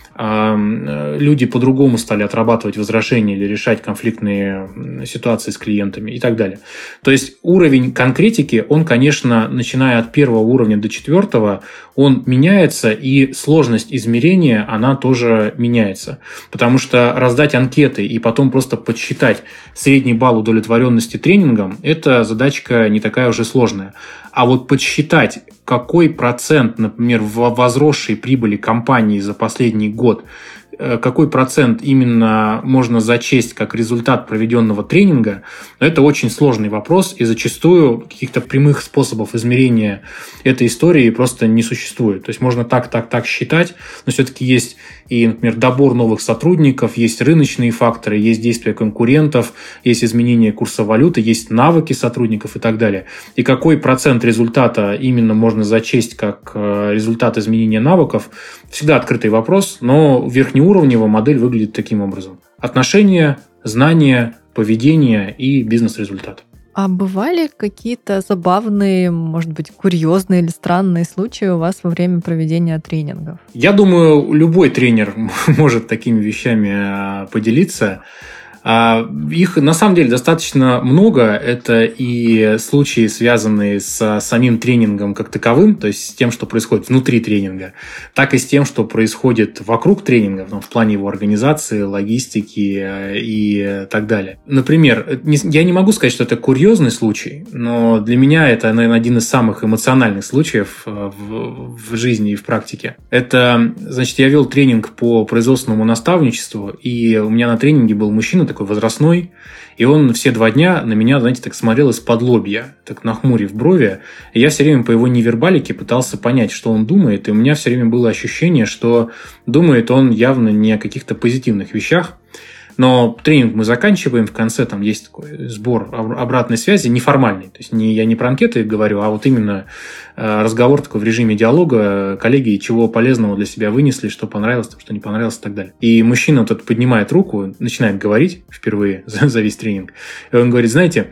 э, люди по-другому стали отрабатывать возражения или решать конфликтные ситуации с клиентами и так далее. То есть, уровень конкретики, он, конечно, начиная от первого уровня до четвертого, он меняется, и сложность измерения, она тоже меняется. Потому что раздать анкеты и потом просто подсчитать средний балл удовлетворенности тренингом, это задачка не такая уже сложная. А вот подсчитать, какой процент, например, возросшей прибыли компании за последний год, какой процент именно можно зачесть как результат проведенного тренинга, это очень сложный вопрос, и зачастую каких-то прямых способов измерения этой истории просто не существует. То есть можно так, так, так считать, но все-таки есть и, например, добор новых сотрудников, есть рыночные факторы, есть действия конкурентов, есть изменение курса валюты, есть навыки сотрудников и так далее. И какой процент результата именно можно зачесть как результат изменения навыков, всегда открытый вопрос, но верхнеуровневая модель выглядит таким образом. Отношения, знания, поведение и бизнес-результат. А бывали какие-то забавные, может быть, курьезные или странные случаи у вас во время проведения тренингов? Я думаю, любой тренер может такими вещами поделиться. Их на самом деле достаточно много. Это и случаи, связанные с самим тренингом как таковым, то есть с тем, что происходит внутри тренинга, так и с тем, что происходит вокруг тренинга, в плане его организации, логистики и так далее. Например, я не могу сказать, что это курьезный случай, но для меня это, наверное, один из самых эмоциональных случаев в, в жизни и в практике. Это, значит, я вел тренинг по производственному наставничеству, и у меня на тренинге был мужчина, такой возрастной, и он все два дня на меня, знаете, так смотрел из-под лобья, так нахмурив брови, и я все время по его невербалике пытался понять, что он думает, и у меня все время было ощущение, что думает он явно не о каких-то позитивных вещах. Но тренинг мы заканчиваем, в конце там есть такой сбор обратной связи, неформальный. То есть не, я не про анкеты говорю, а вот именно разговор такой в режиме диалога, коллеги, чего полезного для себя вынесли, что понравилось, что не понравилось и так далее. И мужчина вот этот поднимает руку, начинает говорить впервые за, за весь тренинг. И он говорит: знаете,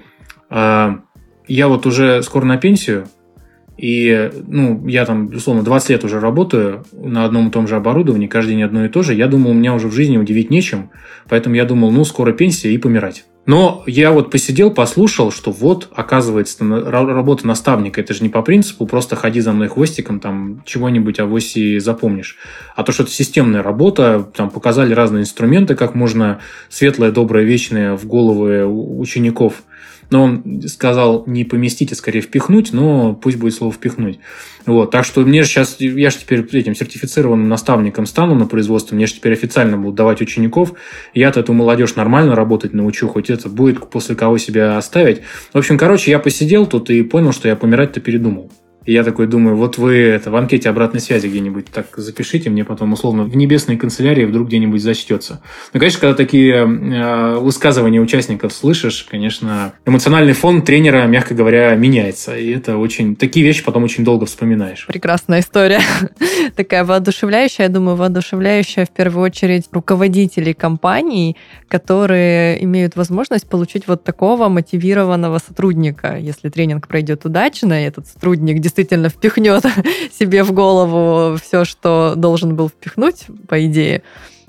я вот уже скоро на пенсию, и, ну, я там, условно, двадцать лет уже работаю на одном и том же оборудовании, каждый день одно и то же. Я думал, у меня уже в жизни удивить нечем, поэтому я думал, ну, скоро пенсия и помирать. Но я вот посидел, послушал, что вот, оказывается, работа наставника, это же не по принципу просто ходи за мной хвостиком, там, чего-нибудь авось и запомнишь. А то, что это системная работа, там, показали разные инструменты, как можно светлое, доброе, вечное в головы учеников. Но он сказал не поместить, а скорее впихнуть, но пусть будет слово впихнуть. Вот. Так что мне же сейчас, я же теперь этим сертифицированным наставником стану на производстве, мне же теперь официально будут давать учеников. Я-то эту молодежь нормально работать научу, хоть это будет после кого себя оставить. В общем, короче, я посидел тут и понял, что я помирать-то передумал. И я такой думаю, вот вы это в анкете обратной связи где-нибудь так запишите, мне потом условно в небесной канцелярии вдруг где-нибудь зачтется. Ну, конечно, когда такие э, высказывания участников слышишь, конечно, эмоциональный фон тренера, мягко говоря, меняется. И это очень... Такие вещи потом очень долго вспоминаешь. Прекрасная история. Такая воодушевляющая, я думаю, воодушевляющая в первую очередь руководителей компаний, которые имеют возможность получить вот такого мотивированного сотрудника. Если тренинг пройдет удачно, и этот сотрудник действительно впихнет себе в голову все, что должен был впихнуть, по идее,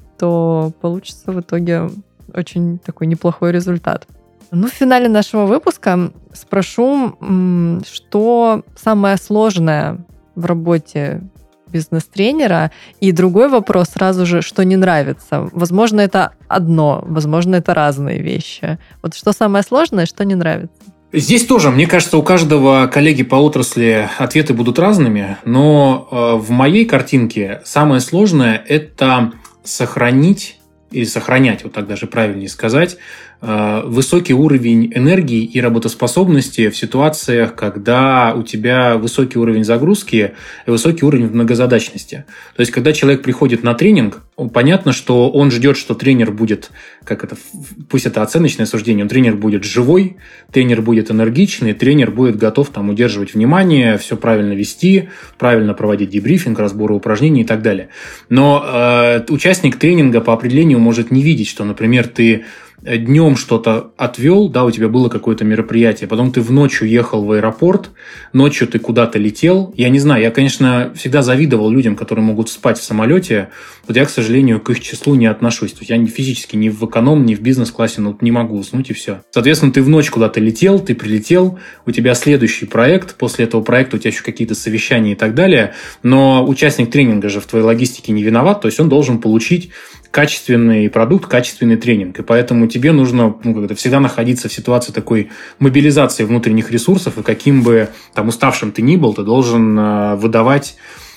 то получится в итоге очень такой неплохой результат. Ну, в финале нашего выпуска спрошу, что самое сложное в работе бизнес-тренера, и другой вопрос сразу же, что не нравится. Возможно, это одно, возможно, это разные вещи. Вот что самое сложное, что не нравится? Здесь тоже, мне кажется, у каждого коллеги по отрасли ответы будут разными, но э, в моей картинке самое сложное – это сохранить или сохранять, вот так даже правильнее сказать, высокий уровень энергии и работоспособности в ситуациях, когда у тебя высокий уровень загрузки и высокий уровень многозадачности. То есть, когда человек приходит на тренинг, понятно, что он ждет, что тренер будет, как это, пусть это оценочное суждение, тренер будет живой, тренер будет энергичный, тренер будет готов там удерживать внимание, все правильно вести, правильно проводить дебрифинг, разборы упражнений и так далее. Но э, участник тренинга по определению может не видеть, что, например, ты днем что-то отвел, да, у тебя было какое-то мероприятие, потом ты в ночь уехал в аэропорт, ночью ты куда-то летел. Я не знаю, я, конечно, всегда завидовал людям, которые могут спать в самолете. Вот я, к сожалению, к их числу не отношусь. То есть я физически ни в эконом, ни в бизнес-классе ну, не могу уснуть, и все. Соответственно, ты в ночь куда-то летел, ты прилетел, у тебя следующий проект, после этого проекта у тебя еще какие-то совещания и так далее. Но участник тренинга же в твоей логистике не виноват, то есть он должен получить качественный продукт, качественный тренинг. И поэтому тебе нужно ну, как-то всегда находиться в ситуации такой мобилизации внутренних ресурсов, и каким бы там уставшим ты ни был, ты должен э, выдавать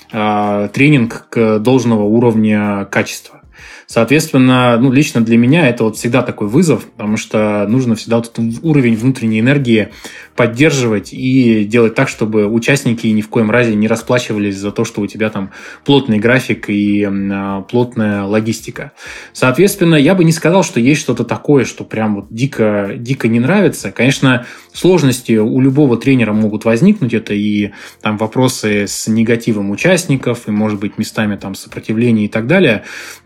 э, тренинг к должного уровня качества. Соответственно, ну, лично для меня это вот всегда такой вызов, потому что нужно всегда вот этот уровень внутренней энергии поддерживать и делать так, чтобы участники ни в коем разе не расплачивались за то, что у тебя там плотный график и э, плотная логистика. Соответственно, я бы не сказал, что есть что-то такое, что прям вот дико, дико не нравится. Конечно, сложности у любого тренера могут возникнуть. Это и там вопросы с негативом участников, и, может быть, местами там сопротивления и так далее.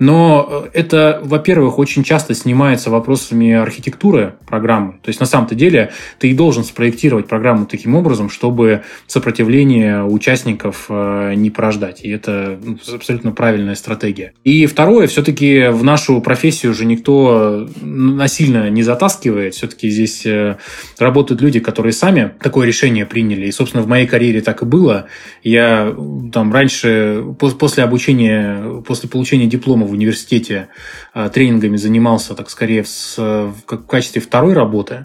Но это, во-первых, очень часто снимается вопросами архитектуры программы. То есть, на самом-то деле, ты и должен спроектировать программу таким образом, чтобы сопротивление участников не порождать. И это абсолютно правильная стратегия. И второе, все-таки в нашу профессию уже никто насильно не затаскивает. Все-таки здесь работают люди, которые сами такое решение приняли. И, собственно, в моей карьере так и было. Я там раньше, после обучения, после получения диплома в университете, тренингами занимался, так скорее, в качестве второй работы.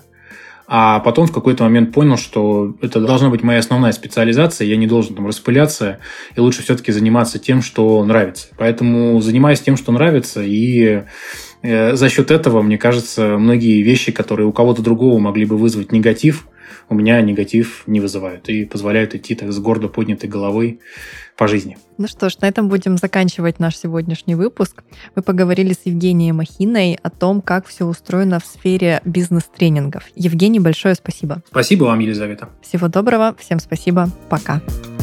А потом в какой-то момент понял, что это должна быть моя основная специализация, я не должен там распыляться, и лучше все-таки заниматься тем, что нравится. Поэтому занимаюсь тем, что нравится, и э, за счет этого, мне кажется, многие вещи, которые у кого-то другого могли бы вызвать негатив, у меня негатив не вызывают и позволяют идти так с гордо поднятой головой по жизни. Ну что ж, на этом будем заканчивать наш сегодняшний выпуск. Мы поговорили с Евгенией Махиной о том, как все устроено в сфере бизнес-тренингов. Евгений, большое спасибо. Спасибо вам, Елизавета. Всего доброго, всем спасибо, пока.